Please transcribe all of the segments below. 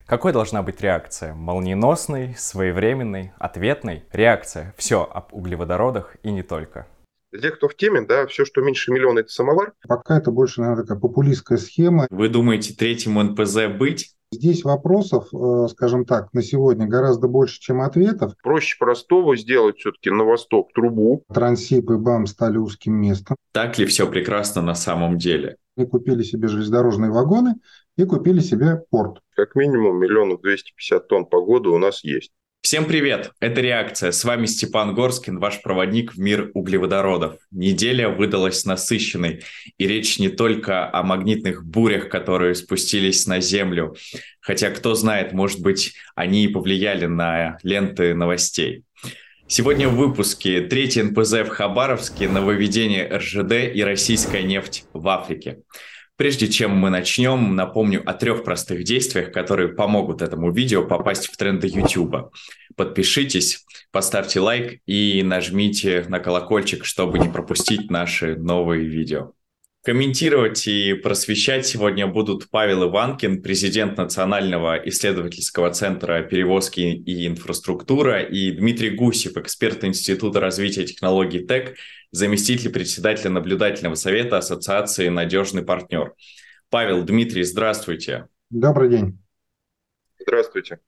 Какой должна быть реакция? Молниеносной, своевременной, ответной? Реакция. Все об углеводородах и не только. Для тех, кто в теме, да, все, что меньше миллиона, это самовар. Пока это больше, наверное, такая популистская схема. Вы думаете, третьему НПЗ быть? Здесь вопросов, скажем так, на сегодня гораздо больше, чем ответов. Проще простого сделать все-таки на восток трубу. Трансип и БАМ стали узким местом. Так ли все прекрасно на самом деле? И купили себе железнодорожные вагоны и купили себе порт. Как минимум 1 250 000 тонн по году у нас есть. Всем привет! Это «Реакция». С вами Степан Горскин, ваш проводник в мир углеводородов. Неделя выдалась насыщенной, и речь не только о магнитных бурях, которые спустились на Землю, хотя, кто знает, может быть, они и повлияли на ленты новостей. Сегодня в выпуске третий НПЗ в Хабаровске, нововведение РЖД и российская нефть в Африке. Прежде чем мы начнем, напомню о 3 простых действиях, которые помогут этому видео попасть в тренды YouTube. Подпишитесь, поставьте лайк и нажмите на колокольчик, чтобы не пропустить наши новые видео. Комментировать и просвещать сегодня будут Павел Иванкин, президент Национального исследовательского центра перевозки и инфраструктура, и Дмитрий Гусев, эксперт Института развития технологий ТЭК, заместитель председателя наблюдательного совета Ассоциации «Надежный партнер». Павел, Дмитрий, здравствуйте. Добрый день. Здравствуйте.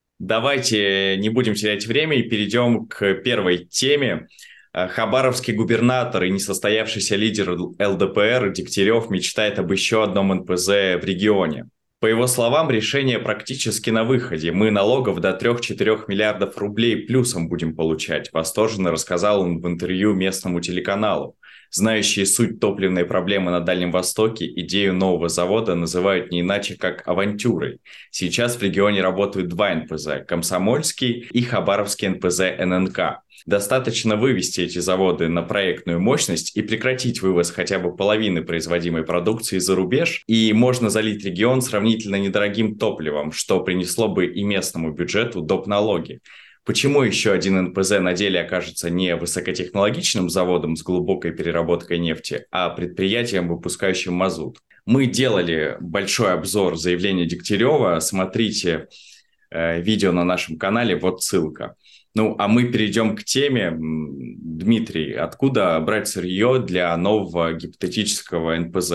Давайте не будем терять время и перейдем к первой теме. Хабаровский губернатор и несостоявшийся лидер ЛДПР Дегтярев мечтает об еще одном НПЗ в регионе. По его словам, решение практически на выходе. Мы налогов до 3-4 миллиардов рублей плюсом будем получать, восторженно рассказал он в интервью местному телеканалу. Знающие суть топливной проблемы на Дальнем Востоке, идею нового завода называют не иначе, как авантюрой. Сейчас в регионе работают 2 НПЗ – Комсомольский и Хабаровский НПЗ ННК. Достаточно вывести эти заводы на проектную мощность и прекратить вывоз хотя бы половины производимой продукции за рубеж, и можно залить регион сравнительно недорогим топливом, что принесло бы и местному бюджету доп. Налоги. Почему еще один НПЗ на деле окажется не высокотехнологичным заводом с глубокой переработкой нефти, а предприятием, выпускающим мазут? Мы делали большой обзор заявления Дегтярева. Смотрите видео на нашем канале, вот ссылка. Ну, а мы перейдем к теме. Дмитрий, откуда брать сырье для нового гипотетического НПЗ?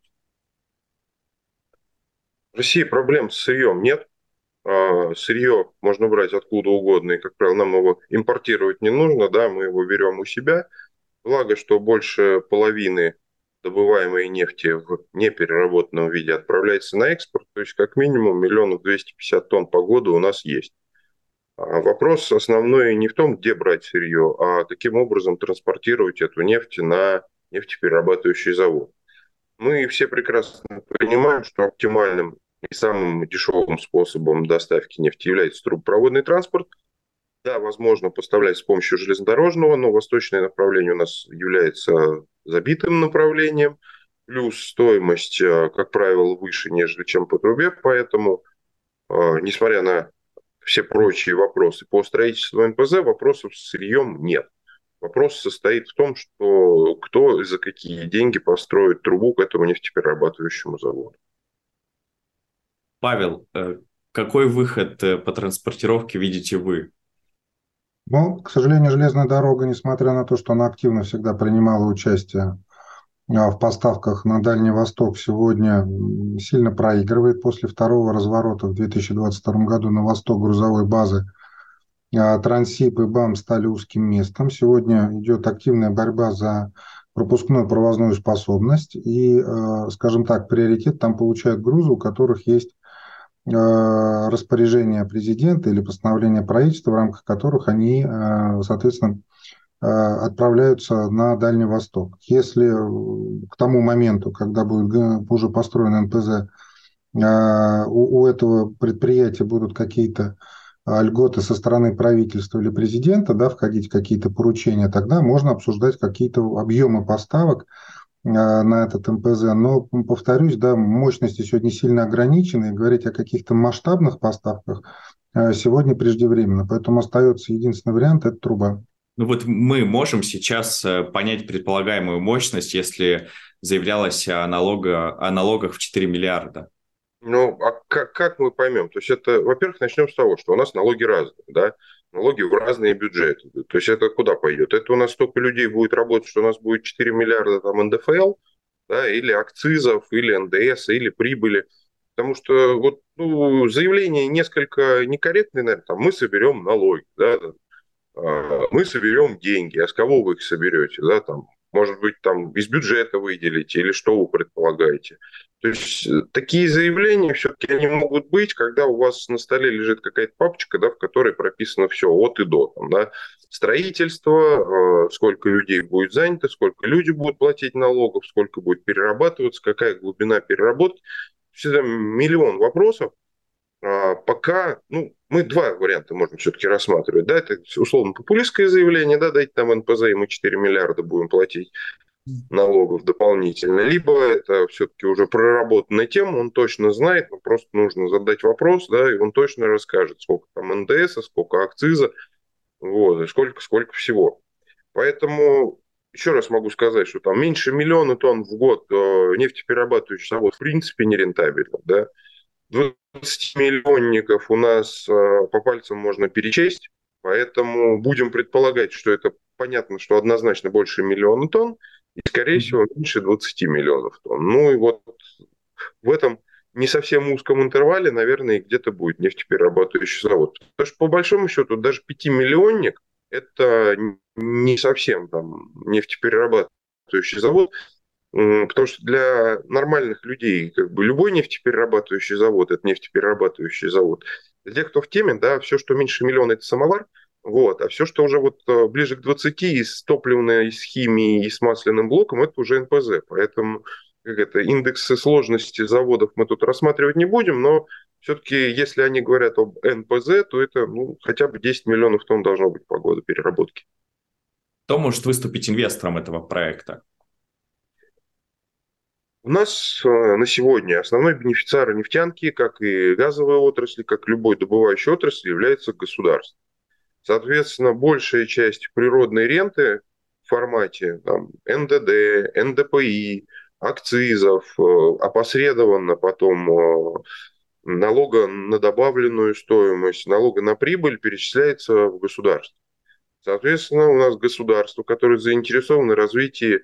В России проблем с сырьем нет. Сырье можно брать откуда угодно, и, как правило, нам его импортировать не нужно, да, мы его берем у себя. Благо, что больше половины добываемой нефти в непереработанном виде отправляется на экспорт, то есть как минимум 1 250 000 тонн по году у нас есть. Вопрос основной не в том, где брать сырье, а каким образом транспортировать эту нефть на нефтеперерабатывающий завод. Мы все прекрасно понимаем, что оптимальным и самым дешевым способом доставки нефти является трубопроводный транспорт. Да, возможно поставлять с помощью железнодорожного, но восточное направление у нас является забитым направлением. Плюс стоимость, как правило, выше, нежели чем по трубе. Поэтому, несмотря на все прочие вопросы по строительству НПЗ, вопросов с сырьем нет. Вопрос состоит в том, что кто и за какие деньги построит трубу к этому нефтеперерабатывающему заводу. Павел, какой выход по транспортировке видите вы? Но, к сожалению, железная дорога, несмотря на то, что она активно всегда принимала участие в поставках на Дальний Восток, сегодня сильно проигрывает. После второго разворота в 2022 году на восток грузовой базы Трансип и БАМ стали узким местом. Сегодня идет активная борьба за пропускную провозную способность. И, скажем так, приоритет там получают грузы, у которых есть распоряжение президента или постановление правительства, в рамках которых они, соответственно, отправляются на Дальний Восток. Если к тому моменту, когда будет уже построен НПЗ, у этого предприятия будут какие-то льготы со стороны правительства или президента, да, входить в какие-то поручения, тогда можно обсуждать какие-то объемы поставок на этот МПЗ. Но, повторюсь, да, мощности сегодня сильно ограничены, и говорить о каких-то масштабных поставках сегодня преждевременно. Поэтому остается единственный вариант – это труба. Ну вот мы можем сейчас понять предполагаемую мощность, если заявлялось о налогах в 4 миллиарда. Ну, а как мы поймем? То есть это, во-первых, начнем с того, что у нас налоги разные, да, налоги в разные бюджеты. То есть это куда пойдет? Это у нас столько людей будет работать, что у нас будет 4 миллиарда там НДФЛ, да, или акцизов, или НДС, или прибыли. Потому что вот, ну, заявление несколько некорректное, наверное, там, мы соберем налоги, да, мы соберем деньги, а с кого вы их соберете, да, там, может быть, там из бюджета выделите или что вы предполагаете. То есть такие заявления все-таки они могут быть, когда у вас на столе лежит какая-то папочка, да, в которой прописано все от и до, там, да, строительство, сколько людей будет занято, сколько люди будут платить налогов, сколько будет перерабатываться, какая глубина переработки. Всегда миллион вопросов, пока, ну, мы два варианта можем все-таки рассматривать. Да, это условно популистское заявление, да, дайте нам НПЗ, и мы 4 миллиарда будем платить налогов дополнительно. Либо это все-таки уже проработанная тема, он точно знает, но просто нужно задать вопрос, да, и он точно расскажет, сколько там НДС, сколько акциза, вот, и сколько всего. Поэтому еще раз могу сказать, что там меньше миллиона тонн в год нефтеперерабатывающий завод в принципе нерентабельно, да. 20-миллионников у нас по пальцам можно перечесть, поэтому будем предполагать, что это понятно, что однозначно больше миллиона тонн, и, скорее всего, меньше 20 миллионов тонн. Ну и вот в этом не совсем узком интервале, наверное, где-то будет нефтеперерабатывающий завод. Потому что, по большому счету, даже 5-миллионник – это не совсем там нефтеперерабатывающий завод, потому что для нормальных людей как бы любой нефтеперерабатывающий завод – это нефтеперерабатывающий завод. Для тех, кто в теме, да, все, что меньше миллиона – это самовар, вот, а все, что уже вот ближе к 20 и с топливной, и с химией, и с масляным блоком – это уже НПЗ. Поэтому как это, индексы сложности заводов мы тут рассматривать не будем, но все-таки, если они говорят об НПЗ, то это ну, хотя бы 10 миллионов тонн должно быть по году переработки. Кто может выступить инвестором этого проекта? У нас на сегодня основной бенефициар нефтянки, как и газовой отрасли, как любой добывающей отрасли, является государство. Соответственно, большая часть природной ренты в формате там, НДД, НДПИ, акцизов, опосредованно потом налога на добавленную стоимость, налога на прибыль перечисляется в государство. Соответственно, у нас государство, которое заинтересовано в развитии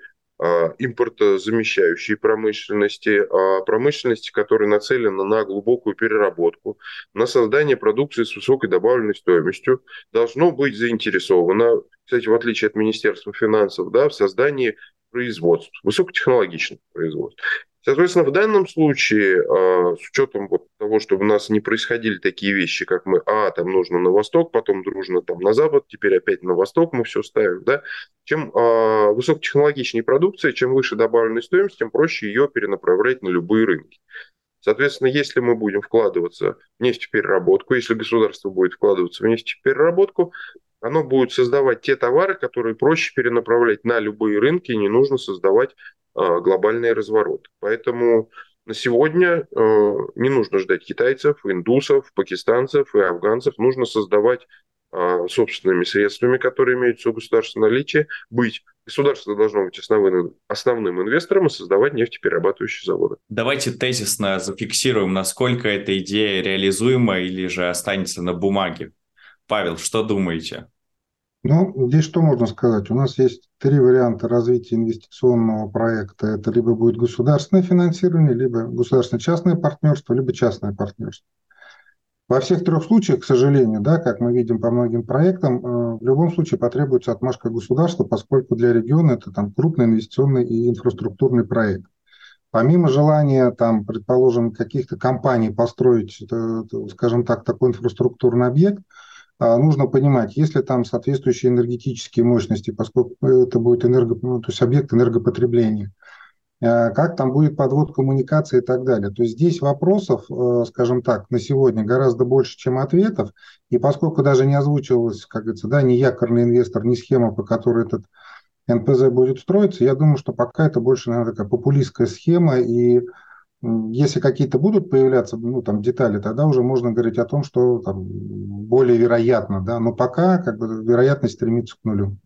импортозамещающей промышленности, промышленности, которая нацелена на глубокую переработку, на создание продукции с высокой добавленной стоимостью, должно быть заинтересовано, кстати, в отличие от Министерства финансов, да, в создании производств, высокотехнологичных производств. Соответственно, в данном случае, с учетом вот того, чтобы у нас не происходили такие вещи, как мы, там нужно на восток, потом дружно там на запад, теперь опять на восток мы все ставим, да, чем высокотехнологичнее продукция, чем выше добавленная стоимость, тем проще ее перенаправлять на любые рынки. Соответственно, если мы будем вкладываться в нефтепереработку, если государство будет вкладываться в нефтепереработку, оно будет создавать те товары, которые проще перенаправлять на любые рынки, и не нужно создавать глобальные развороты. Поэтому на сегодня не нужно ждать китайцев, индусов, пакистанцев и афганцев. Нужно создавать собственными средствами, которые имеются у государства наличие, быть. Государство должно быть основным инвестором и создавать нефтеперерабатывающие заводы. Давайте тезисно зафиксируем, насколько эта идея реализуема или же останется на бумаге. Павел, что думаете? Ну, здесь что можно сказать? У нас есть три варианта развития инвестиционного проекта. Это либо будет государственное финансирование, либо государственно-частное партнерство, либо частное партнерство. Во всех трех случаях, к сожалению, да, как мы видим по многим проектам, в любом случае потребуется отмашка государства, поскольку для региона это там крупный инвестиционный и инфраструктурный проект. Помимо желания, там, предположим, каких-то компаний построить, скажем так, такой инфраструктурный объект, нужно понимать, есть ли там соответствующие энергетические мощности, поскольку это будет то есть объект энергопотребления, как там будет подвод коммуникации и так далее. То есть здесь вопросов, скажем так, на сегодня гораздо больше, чем ответов. И поскольку даже не озвучивалось, как говорится, да, ни якорный инвестор, ни схема, по которой этот НПЗ будет строиться, я думаю, что пока это больше, наверное, такая популистская схема. И если какие-то будут появляться, ну, там, детали, тогда уже можно говорить о том, что там, более вероятно, да. Но пока как бы вероятность стремится к нулю.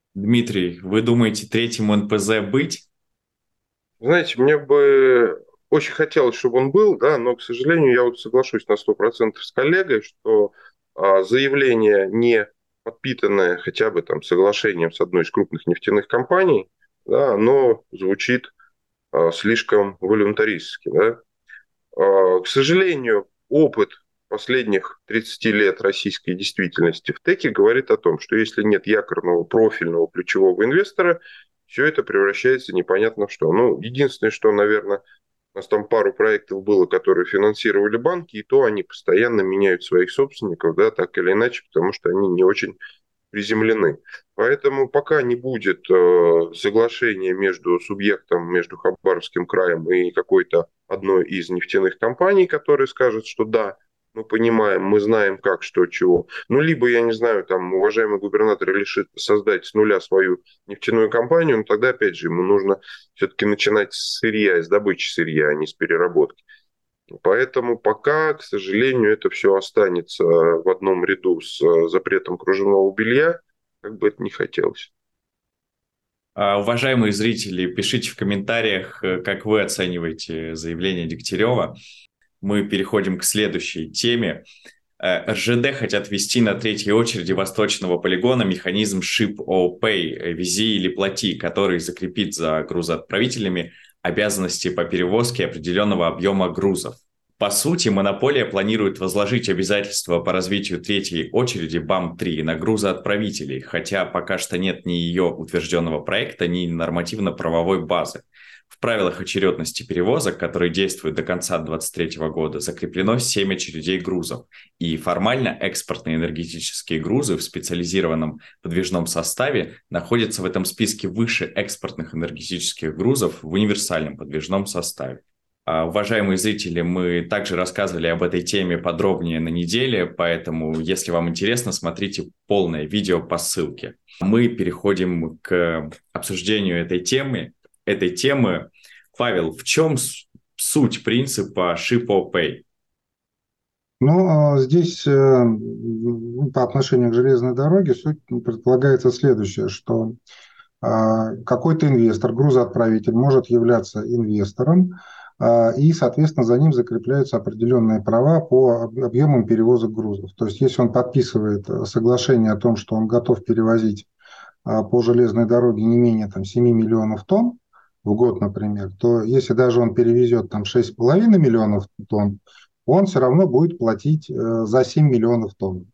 Дмитрий, вы думаете, третьему НПЗ быть? Знаете, мне бы очень хотелось, чтобы он был, да, но, к сожалению, я вот соглашусь на 100% с коллегой, что заявление, не подпитанное хотя бы там соглашением с одной из крупных нефтяных компаний, да, оно звучит слишком волюнтаристски. Да. К сожалению, опыт последних 30 лет российской действительности в теке говорит о том, что если нет якорного профильного ключевого инвестора, все это превращается непонятно в что. Ну, единственное, что, наверное, у нас там пару проектов было, которые финансировали банки, и то они постоянно меняют своих собственников, да, так или иначе, потому что они не очень приземлены. Поэтому пока не будет соглашения между субъектом, между Хабаровским краем и какой-то одной из нефтяных компаний, которая скажет, что да, мы понимаем, мы знаем как, что, чего. Ну, либо, я не знаю, там, уважаемый губернатор решит создать с нуля свою нефтяную компанию, но тогда, опять же, ему нужно все-таки начинать с сырья, с добычи сырья, а не с переработки. Поэтому пока, к сожалению, это все останется в одном ряду с запретом кружевного белья, как бы это ни хотелось. Уважаемые зрители, пишите в комментариях, как вы оцениваете заявление Дегтярева. Мы переходим к следующей теме. РЖД хотят ввести на третьей очереди восточного полигона механизм Ship or Pay, вези или плати, который закрепит за грузоотправителями обязанности по перевозке определенного объема грузов. По сути, монополия планирует возложить обязательства по развитию третьей очереди БАМ-3 на грузоотправителей, хотя пока что нет ни ее утвержденного проекта, ни нормативно-правовой базы. В правилах очередности перевозок, которые действуют до конца 2023 года, закреплено 7 очередей грузов. И формально экспортные энергетические грузы в специализированном подвижном составе находятся в этом списке выше экспортных энергетических грузов в универсальном подвижном составе. Уважаемые зрители, мы также рассказывали об этой теме подробнее на неделе, поэтому, если вам интересно, смотрите полное видео по ссылке. Мы переходим к обсуждению этой темы. Павел, в чем суть принципа Ship or Pay? Ну, здесь по отношению к железной дороге суть предполагается следующее, что какой-то инвестор, грузоотправитель может являться инвестором, и, соответственно, за ним закрепляются определенные права по объемам перевозок грузов. То есть, если он подписывает соглашение о том, что он готов перевозить по железной дороге не менее там, 7 миллионов тонн в год, например, то если даже он перевезет там 6,5 миллионов тонн, он все равно будет платить за 7 миллионов тонн.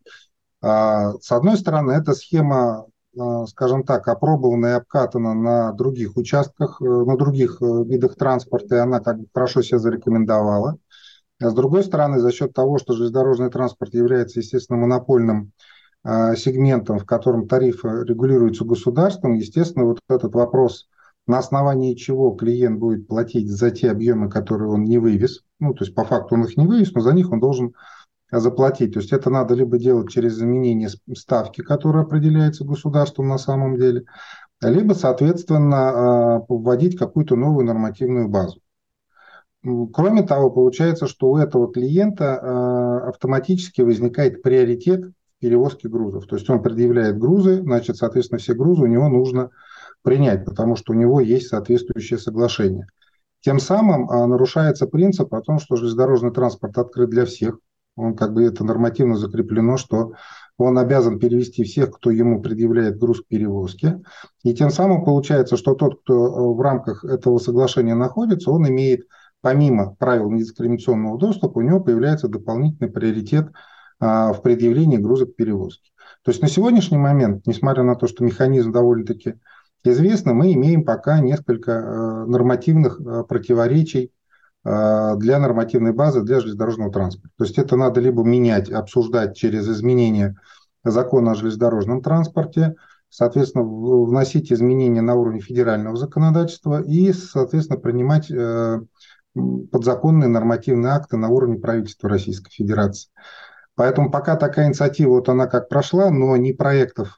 С одной стороны, эта схема, скажем так, опробована и обкатана на других участках, на других видах транспорта, и она как бы хорошо себя зарекомендовала. А с другой стороны, за счет того, что железнодорожный транспорт является, естественно, монопольным сегментом, в котором тарифы регулируются государством, естественно, вот этот вопрос, на основании чего клиент будет платить за те объемы, которые он не вывез, ну, то есть по факту он их не вывез, но за них он должен заплатить. То есть это надо либо делать через изменение ставки, которая определяется государством на самом деле, либо, соответственно, вводить какую-то новую нормативную базу. Кроме того, получается, что у этого клиента автоматически возникает приоритет в перевозке грузов. То есть он предъявляет грузы, значит, соответственно, все грузы у него нужно принять, потому что у него есть соответствующее соглашение. Тем самым нарушается принцип о том, что железнодорожный транспорт открыт для всех. Он как бы это нормативно закреплено, что он обязан перевести всех, кто ему предъявляет груз к перевозке. И тем самым получается, что тот, кто в рамках этого соглашения находится, он имеет, помимо правил недискриминационного доступа, у него появляется дополнительный приоритет в предъявлении груза к перевозке. То есть на сегодняшний момент, несмотря на то, что механизм довольно-таки известный, мы имеем пока несколько нормативных противоречий для нормативной базы для железнодорожного транспорта. То есть это надо либо менять, обсуждать через изменение закона о железнодорожном транспорте, соответственно, вносить изменения на уровне федерального законодательства и, соответственно, принимать подзаконные нормативные акты на уровне правительства Российской Федерации. Поэтому пока такая инициатива, вот она как прошла, но ни проектов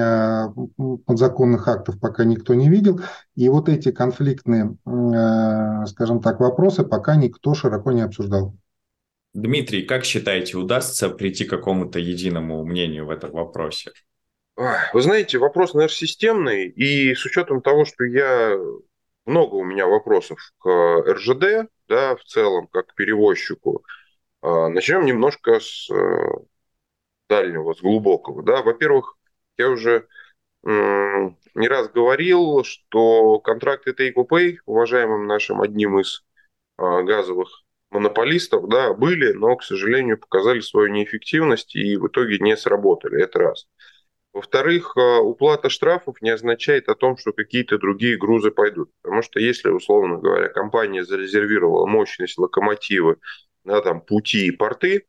подзаконных актов пока никто не видел. И вот эти конфликтные, скажем так, вопросы пока никто широко не обсуждал. Дмитрий, как считаете, удастся прийти к какому-то единому мнению в этом вопросе? Вы знаете, вопрос, наверное, системный. И с учетом того, что я много у меня вопросов к РЖД, да, в целом, как к перевозчику. Начнем немножко с дальнего, с глубокого. Да. Во-первых, я уже не раз говорил, что контракты take-or-pay, уважаемым нашим одним из газовых монополистов, да, были, но, к сожалению, показали свою неэффективность и в итоге не сработали. Это раз. Во-вторых, уплата штрафов не означает о том, что какие-то другие грузы пойдут. Потому что если, условно говоря, компания зарезервировала мощность, локомотивы, да, там, пути и порты,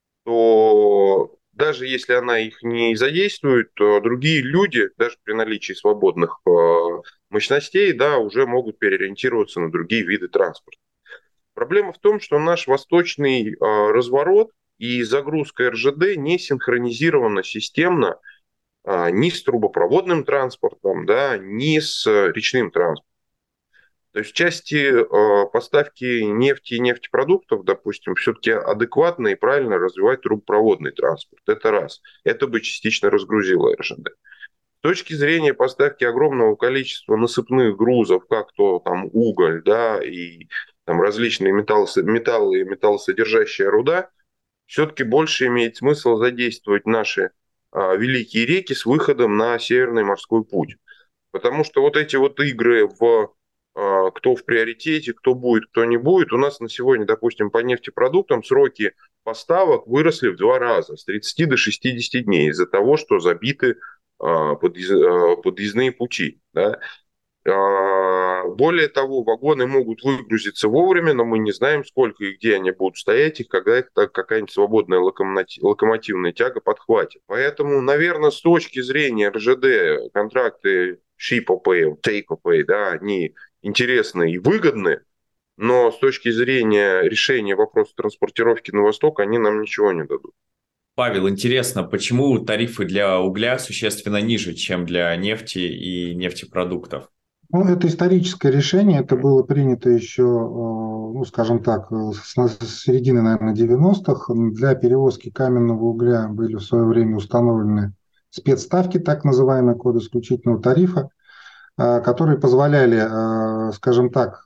то даже если она их не задействует, то другие люди, даже при наличии свободных мощностей, да, уже могут переориентироваться на другие виды транспорта. Проблема в том, что наш восточный разворот и загрузка РЖД не синхронизирована системно ни с трубопроводным транспортом, да, ни с речным транспортом. То есть в части поставки нефти и нефтепродуктов, допустим, все-таки адекватно и правильно развивать трубопроводный транспорт. Это раз. Это бы частично разгрузило РЖД. С точки зрения поставки огромного количества насыпных грузов, как то там уголь, да, и там различные металлы и металлосодержащая руда, все-таки больше имеет смысл задействовать наши великие реки с выходом на Северный морской путь. Потому что вот эти вот игры в кто в приоритете, кто будет, кто не будет, у нас на сегодня, допустим, по нефтепродуктам сроки поставок выросли в 2 раза, с 30 до 60 дней, из-за того, что забиты подъездные пути. Да? Более того, вагоны могут выгрузиться вовремя, но мы не знаем, сколько и где они будут стоять, и когда их какая-нибудь свободная локомотивная тяга подхватит. Поэтому, наверное, с точки зрения РЖД контракты ship-or-pay, take-or-pay, да, они интересны и выгодны, но с точки зрения решения вопроса транспортировки на восток они нам ничего не дадут. Павел, интересно, почему тарифы для угля существенно ниже, чем для нефти и нефтепродуктов? Ну, это историческое решение, это было принято еще, ну, скажем так, с середины, наверное, 90-х. Для перевозки каменного угля были в свое время установлены спецставки, так называемый код исключительного тарифа, которые позволяли, скажем так,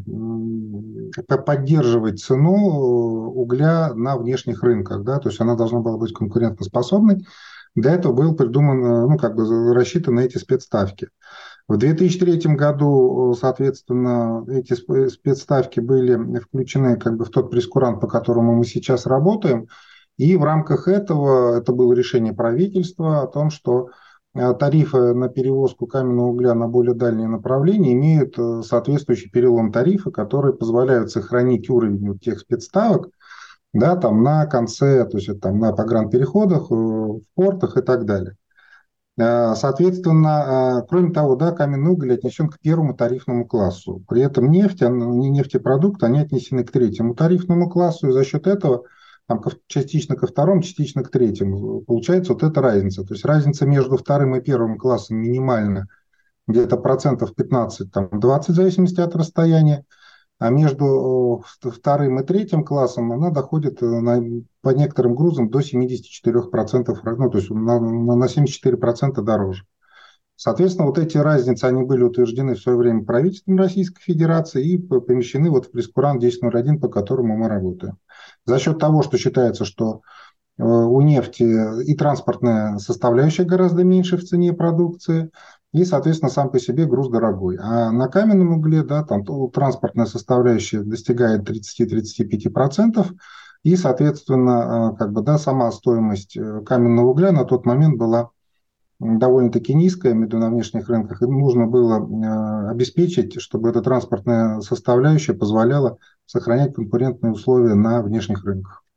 поддерживать цену угля на внешних рынках, да, то есть она должна была быть конкурентоспособной. Для этого был придуман, ну, как бы рассчитан на эти спецставки. В 2003 году, соответственно, эти спецставки были включены как бы в тот прейскурант, по которому мы сейчас работаем. И в рамках этого, это было решение правительства о том, что тарифы на перевозку каменного угля на более дальние направления имеют соответствующий перелом тарифа, которые позволяют сохранить уровень вот тех спецставок, да, там на конце, то есть там на погранпереходах, в портах и так далее. Соответственно, кроме того, да, каменный уголь отнесен к первому тарифному классу. При этом нефть, не нефтепродукты, они отнесены к третьему тарифному классу, и за счет этого там, частично ко второму, частично к третьему. Получается вот эта разница. То есть разница между вторым и первым классом минимальна, где-то процентов 15, там, 20 в зависимости от расстояния. А между вторым и третьим классом она доходит по некоторым грузам до 74%, ну, то есть на 74% дороже. Соответственно, вот эти разницы, они были утверждены в свое время правительством Российской Федерации и помещены вот в прейскурант 10.01, по которому мы работаем. За счет того, что считается, что у нефти и транспортная составляющая гораздо меньше в цене продукции, и, соответственно, сам по себе груз дорогой. А на каменном угле, да, там транспортная составляющая достигает 30-35%, и, соответственно, как бы, да, сама стоимость каменного угля на тот момент была довольно-таки низкая на внешних рынках, и нужно было обеспечить, чтобы эта транспортная составляющая позволяла сохранять конкурентные условия на внешних рынках.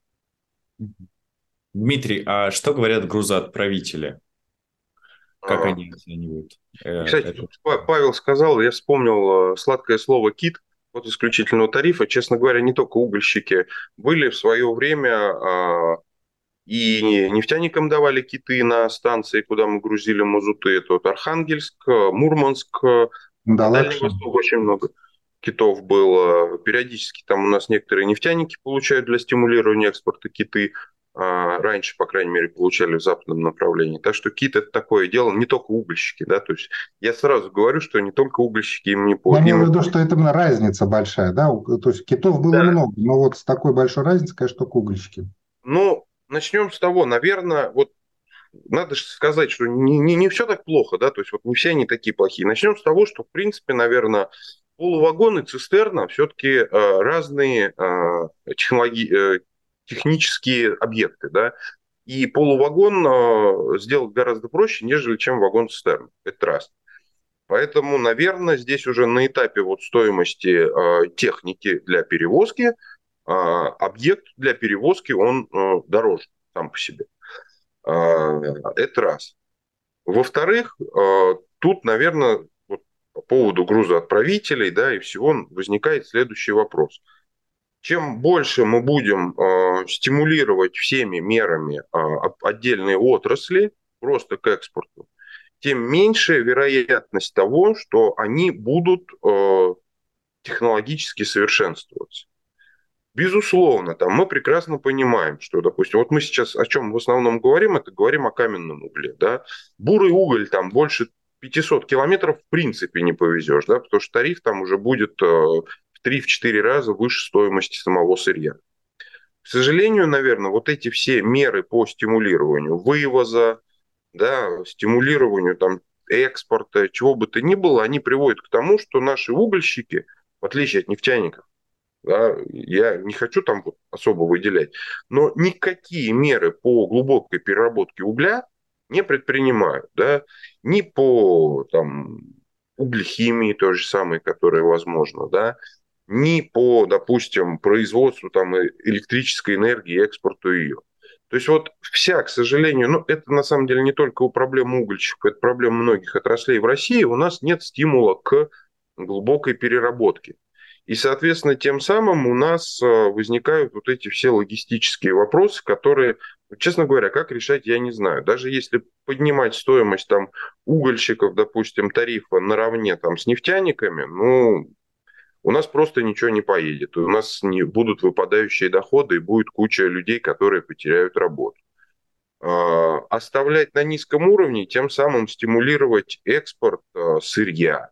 Дмитрий, а что говорят грузоотправители? Как они оценивают? Кстати, Павел сказал, я вспомнил сладкое слово «кит» от исключительного тарифа. Честно говоря, не только угольщики были в свое время и нефтяникам давали киты на станции, куда мы грузили мазуты. Это вот Архангельск, Мурманск, Да, Дальний Восток очень много китов было. Периодически там у нас некоторые нефтяники получают для стимулирования экспорта киты. раньше, по крайней мере, получали в западном направлении. Так что кит – это такое дело, не только угольщики, да, то есть я сразу говорю, что не только угольщики им не Я имею в виду, пользуются. что это именно разница большая, да, то есть китов было Да. много, но вот с такой большой разницей, конечно, только угольщики. Ну, начнем с того, наверное, вот надо же сказать, что не все так плохо, да, то есть вот не все они такие плохие. Начнем с того, что, в принципе, наверное, полувагон и цистерна все-таки разные технические объекты, да, и полувагон сделать гораздо проще, нежели чем вагон-цистерна. Это раз. Поэтому, наверное, здесь уже на этапе вот стоимости техники для перевозки объект для перевозки, он дороже сам по себе. Это раз. Во-вторых, тут, наверное, вот по поводу грузоотправителей, да, и всего возникает следующий вопрос. Чем больше мы будем стимулировать всеми мерами отдельные отрасли просто к экспорту, тем меньше вероятность того, что они будут технологически совершенствоваться. Безусловно, там мы прекрасно понимаем, что, допустим, вот мы сейчас о чем в основном говорим, это говорим о каменном угле, да. Бурый уголь там больше 500 километров в принципе не повезешь, да, потому что тариф там уже будет в 3-4 раза выше стоимости самого сырья. К сожалению, наверное, вот эти все меры по стимулированию вывоза, да, стимулированию там экспорта, чего бы то ни было, они приводят к тому, что наши угольщики, в отличие от нефтяников, да, я не хочу там особо выделять, но никакие меры по глубокой переработке угля не предпринимают, да, ни по там, углехимии той же самой, которая возможна, да, ни по, допустим, производству там, электрической энергии и экспорту ее. То есть вот вся, к сожалению, ну это на самом деле не только проблема угольщиков, это проблема многих отраслей в России, у нас нет стимула к глубокой переработке. И, соответственно, тем самым у нас возникают вот эти все логистические вопросы, которые, честно говоря, как решать, я не знаю. Даже если поднимать стоимость там угольщиков, допустим, тарифа наравне там с нефтяниками, ну, у нас просто ничего не поедет. У нас не будут выпадающие доходы и будет куча людей, которые потеряют работу. Оставлять на низком уровне, тем самым стимулировать экспорт сырья.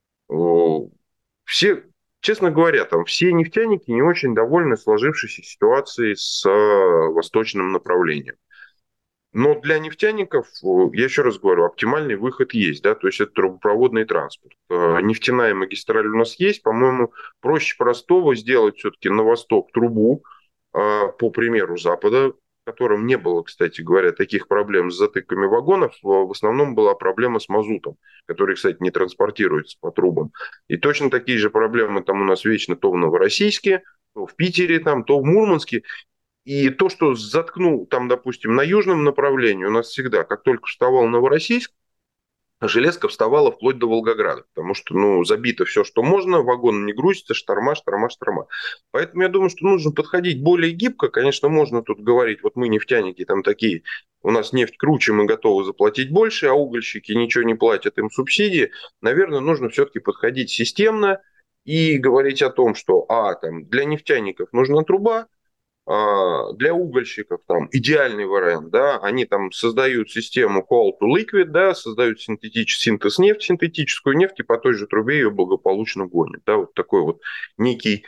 Все, честно говоря, там все нефтяники не очень довольны сложившейся ситуацией с восточным направлением. Но для нефтяников, я еще раз говорю, оптимальный выход есть, да, то есть это трубопроводный транспорт. Нефтяная магистраль у нас есть, по-моему, проще простого сделать все-таки на восток трубу, по примеру Запада, в котором не было, кстати говоря, таких проблем с затыками вагонов, в основном была проблема с мазутом, который, кстати, не транспортируется по трубам. И точно такие же проблемы там у нас вечно то в Новороссийске, то в Питере, там, то в Мурманске. И то, что заткнул там, допустим, на южном направлении, у нас всегда, как только вставал Новороссийск, железка вставала вплоть до Волгограда, потому что, ну, забито все, что можно, вагон не грузится, шторма, шторма, шторма. Поэтому я думаю, что нужно подходить более гибко. Конечно, можно тут говорить, вот мы нефтяники там такие, у нас нефть круче, мы готовы заплатить больше, а угольщики ничего не платят, им субсидии. Наверное, нужно все-таки подходить системно и говорить о том, что, там, для нефтяников нужна труба, для угольщиков там идеальный вариант, да, они там создают систему coal to liquid, да, создают синтез нефти, синтетическую нефть и по той же трубе ее благополучно гонят, да, вот такой вот некий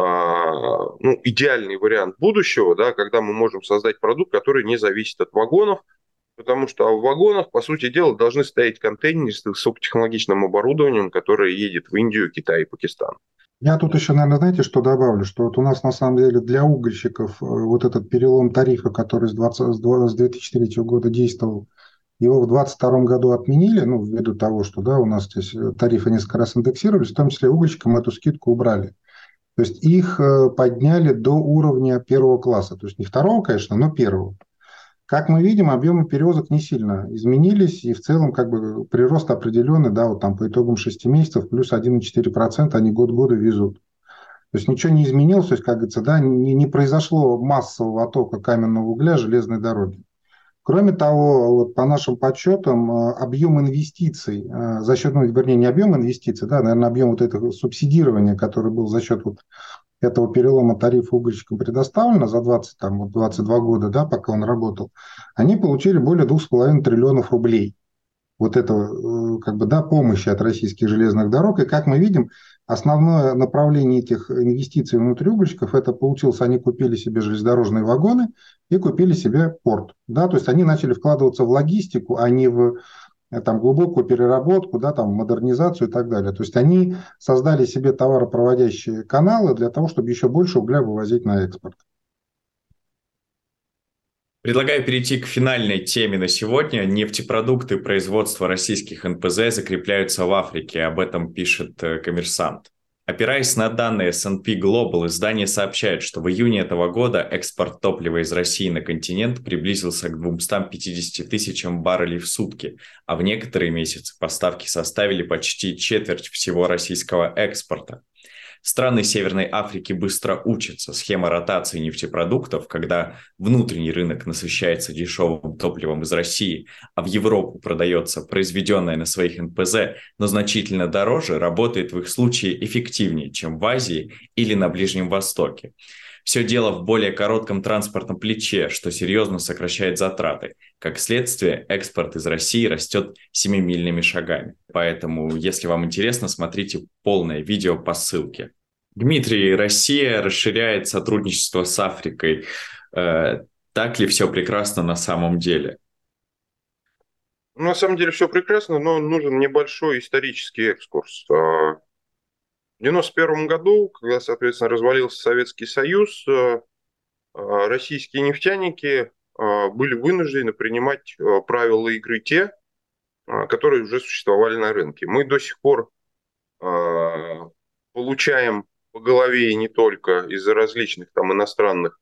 ну, идеальный вариант будущего, да, когда мы можем создать продукт, который не зависит от вагонов, потому что в вагонах, по сути дела, должны стоять контейнеры с высокотехнологичным оборудованием, которое едет в Индию, Китай и Пакистан. Я тут еще, наверное, знаете, что добавлю, что вот у нас на самом деле для угольщиков вот этот перелом тарифа, который с 2003 года действовал, его в 2022 году отменили, ну, ввиду того, что, да, у нас здесь тарифы несколько раз индексировались, в том числе угольщикам эту скидку убрали. То есть их подняли до уровня первого класса, то есть не второго, конечно, но первого. Как мы видим, объемы перевозок не сильно изменились, и в целом как бы прирост определенный, да, вот там по итогам 6 месяцев плюс 1,4% они год года везут. То есть ничего не изменилось, то есть, как говорится, да, не произошло массового оттока каменного угля железной дороги. Кроме того, вот по нашим подсчетам, объем инвестиций за счет, ну, вернее, не объем инвестиций, да, наверное, объем вот этого субсидирования, который был за счет вот этого перелома тарифа угольщикам предоставлено за 22 года, да, пока он работал, они получили более 2,5 триллионов рублей вот этого, как бы, да, помощи от российских железных дорог. И как мы видим, основное направление этих инвестиций внутриугольщиков, это получилось, они купили себе железнодорожные вагоны и купили себе порт. Да, то есть они начали вкладываться в логистику, а не в там, глубокую переработку, да, там, модернизацию и так далее. То есть они создали себе товаропроводящие каналы для того, чтобы еще больше угля вывозить на экспорт. Предлагаю перейти к финальной теме на сегодня. Нефтепродукты производства российских НПЗ закрепляются в Африке. Об этом пишет «Коммерсант». Опираясь на данные S&P Global, издание сообщает, что в июне этого года экспорт топлива из России на континент приблизился к 250 тысячам баррелей в сутки, а в некоторые месяцы поставки составили почти четверть всего российского экспорта. Страны Северной Африки быстро учатся. Схема ротации нефтепродуктов, когда внутренний рынок насыщается дешевым топливом из России, а в Европу продается произведенное на своих НПЗ, но значительно дороже, работает в их случае эффективнее, чем в Азии или на Ближнем Востоке. Все дело в более коротком транспортном плече, что серьезно сокращает затраты. Как следствие, экспорт из России растет семимильными шагами. Поэтому, если вам интересно, смотрите полное видео по ссылке. Дмитрий, Россия расширяет сотрудничество с Африкой. Так ли все прекрасно на самом деле? На самом деле все прекрасно, но нужен небольшой исторический экскурс. В 1991 году, когда, соответственно, развалился Советский Союз, российские нефтяники были вынуждены принимать правила игры те, которые уже существовали на рынке. Мы до сих пор получаем по голове не только из-за различных там иностранных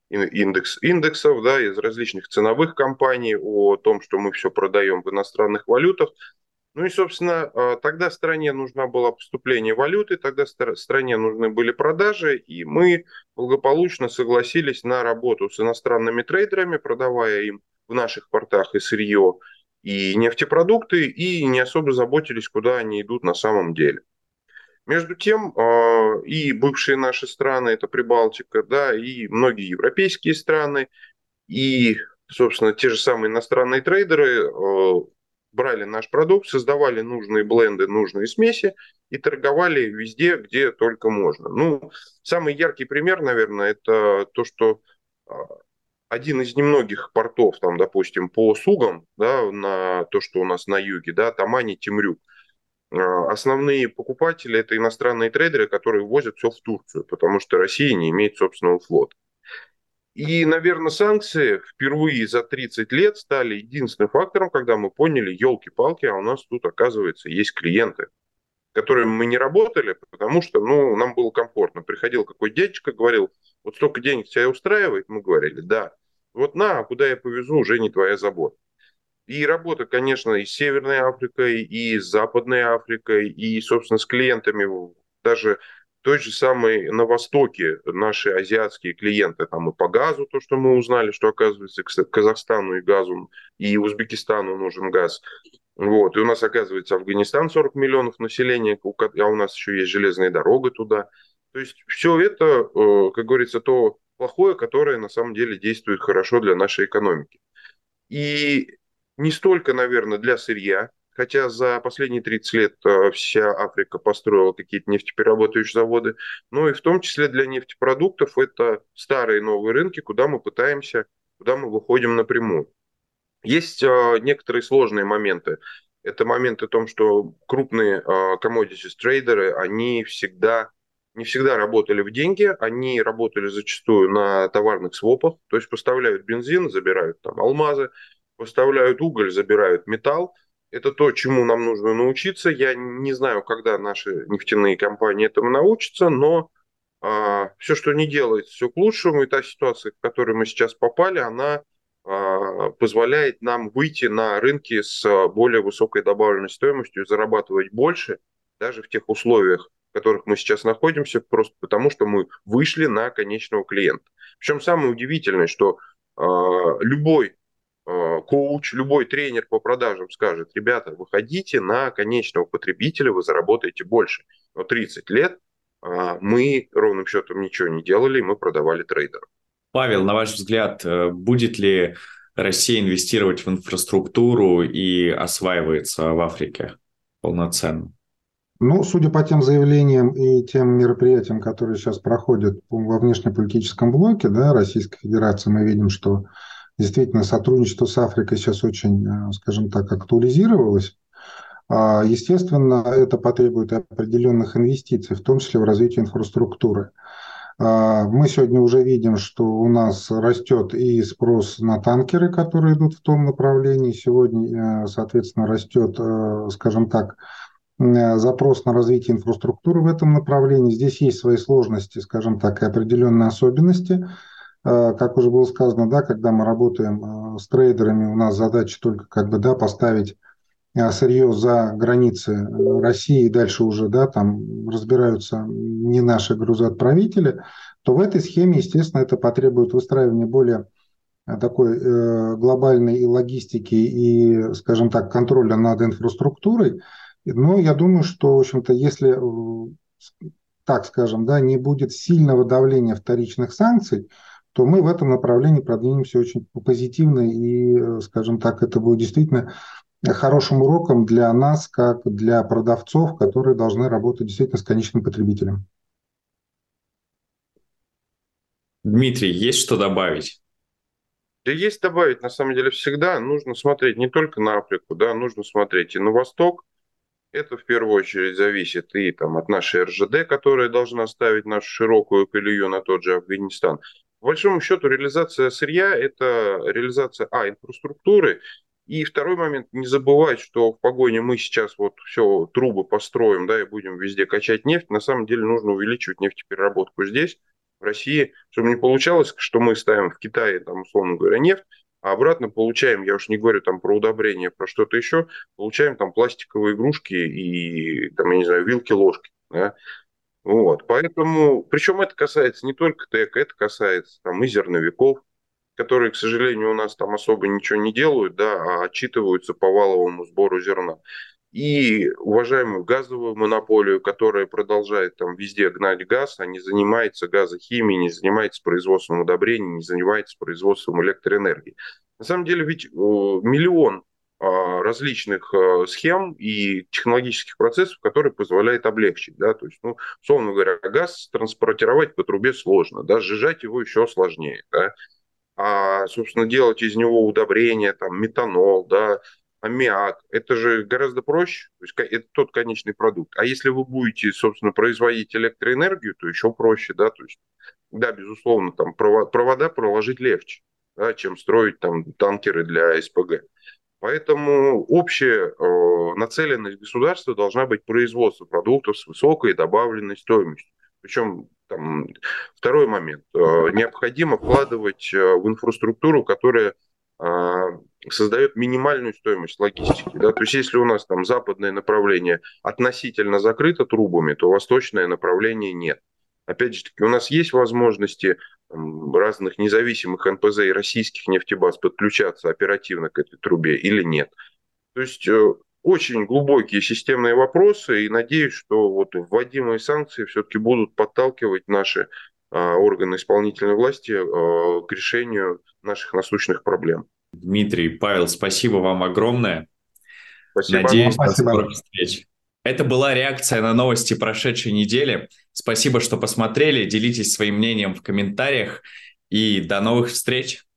индексов, да, из различных ценовых компаний о том, что мы все продаем в иностранных валютах. Ну и, собственно, тогда стране нужно было поступление валюты, тогда стране нужны были продажи, и мы благополучно согласились на работу с иностранными трейдерами, продавая им в наших портах и сырье, и нефтепродукты, и не особо заботились, куда они идут на самом деле. Между тем, и бывшие наши страны, это Прибалтика, да, и многие европейские страны, и, собственно, те же самые иностранные трейдеры брали наш продукт, создавали нужные бленды, нужные смеси и торговали везде, где только можно. Ну, самый яркий пример, наверное, это то, что один из немногих портов, там, допустим, по Сугам, да, на то, что у нас на юге, да, Тамани, Темрюк, основные покупатели – это иностранные трейдеры, которые возят все в Турцию, потому что Россия не имеет собственного флота. И, наверное, санкции впервые за 30 лет стали единственным фактором, когда мы поняли, елки-палки, а у нас тут, оказывается, есть клиенты, с которыми мы не работали, потому что, ну, нам было комфортно. Приходил какой дядечка, говорил, вот столько денег тебя устраивает? Мы говорили, да. Вот на, а куда я повезу, уже не твоя забота. И работа, конечно, и с Северной Африкой, и с Западной Африкой, и, собственно, с клиентами даже той же самой на Востоке наши азиатские клиенты, там и по газу, то, что мы узнали, что, оказывается, Казахстану и газу, и Узбекистану нужен газ. Вот. И у нас, оказывается, Афганистан 40 миллионов населения, а у нас еще есть железная дорога туда. То есть все это, как говорится, то плохое, которое на самом деле действует хорошо для нашей экономики. И не столько, наверное, для сырья, хотя за последние 30 лет вся Африка построила какие-то нефтеперерабатывающие заводы, но и в том числе для нефтепродуктов это старые и новые рынки, куда мы пытаемся, куда мы выходим напрямую. Есть некоторые сложные моменты. Это моменты о том, что крупные commodities трейдеры, они не всегда работали в деньги, они работали зачастую на товарных свопах, то есть поставляют бензин, забирают там алмазы, поставляют уголь, забирают металл. Это то, чему нам нужно научиться. Я не знаю, когда наши нефтяные компании этому научатся, но все, что не делается, все к лучшему. И та ситуация, в которую мы сейчас попали, она позволяет нам выйти на рынки с более высокой добавленной стоимостью и зарабатывать больше, даже в тех условиях, в которых мы сейчас находимся, просто потому что мы вышли на конечного клиента. Причем самое удивительное, что любой коуч, любой тренер по продажам скажет, ребята, выходите на конечного потребителя, вы заработаете больше. Но 30 лет Мы ровным счетом ничего не делали, мы продавали трейдерам. Павел, на ваш взгляд, будет ли Россия инвестировать в инфраструктуру и осваивается в Африке полноценно? Ну, судя по тем заявлениям и тем мероприятиям, которые сейчас проходят во внешнеполитическом блоке, да, Российской Федерации, мы видим, что действительно сотрудничество с Африкой сейчас очень, скажем так, актуализировалось. Естественно, это потребует определенных инвестиций, в том числе в развитие инфраструктуры. Мы сегодня уже видим, что у нас растет и спрос на танкеры, которые идут в том направлении. Сегодня, соответственно, растет, скажем так, запрос на развитие инфраструктуры в этом направлении. Здесь есть свои сложности, скажем так, и определенные особенности. Как уже было сказано, да, когда мы работаем с трейдерами, у нас задача только поставить сырье за границы России, и дальше уже там разбираются не наши грузоотправители, то в этой схеме, естественно, это потребует выстраивания более такой глобальной логистики и, скажем так, контроля над инфраструктурой. Но я думаю, что, в общем-то, если, так скажем, да, не будет сильного давления вторичных санкций, то мы в этом направлении продвинемся очень позитивно и, скажем так, это будет действительно хорошим уроком для нас, как для продавцов, которые должны работать действительно с конечным потребителем. Дмитрий, есть что добавить? Да есть добавить, на самом деле, всегда нужно смотреть не только на Африку, да, нужно смотреть и на Восток. Это в первую очередь зависит и от нашей РЖД, которая должна ставить нашу широкую колею на тот же Афганистан. По большому счету, реализация сырья – это реализация, инфраструктуры. И второй момент, не забывать, что в погоне мы сейчас все трубы построим, да, и будем везде качать нефть. На самом деле нужно увеличивать нефтепереработку здесь, в России, чтобы не получалось, что мы ставим в Китае, условно говоря, нефть, а обратно получаем, я уж не говорю про удобрения, про что-то еще, получаем пластиковые игрушки и, я не знаю, вилки-ложки. Да? Поэтому, причем это касается не только ТЭК, это касается и зерновиков, которые, к сожалению, у нас особо ничего не делают, да, а отчитываются по валовому сбору зерна. И уважаемую газовую монополию, которая продолжает везде гнать газ, а не занимается газохимией, не занимается производством удобрений, не занимается производством электроэнергии. На самом деле ведь миллион различных схем и технологических процессов, которые позволяют облегчить. Да? То есть, условно говоря, газ транспортировать по трубе сложно, да? Сжижать его еще сложнее. Да? Собственно, делать из него удобрения, метанол, да, аммиак, это же гораздо проще, то есть это тот конечный продукт. А если вы будете, собственно, производить электроэнергию, то еще проще, да, то есть, да, безусловно, провода проложить легче, да, чем строить танкеры для СПГ. Поэтому общая нацеленность государства должна быть производство продуктов с высокой добавленной стоимостью. Причем второй момент. Необходимо вкладывать в инфраструктуру, которая создает минимальную стоимость логистики. Да? То есть если у нас западное направление относительно закрыто трубами, то восточное направление нет. Опять же таки, у нас есть возможности разных независимых НПЗ и российских нефтебаз подключаться оперативно к этой трубе или нет. То есть очень глубокие системные вопросы, и надеюсь, что вводимые санкции все-таки будут подталкивать наши органы исполнительной власти к решению наших насущных проблем. Дмитрий, Павел, спасибо вам огромное. Спасибо. Надеюсь, до скорых встреч. Это была реакция на новости прошедшей недели. Спасибо, что посмотрели. Делитесь своим мнением в комментариях. И до новых встреч.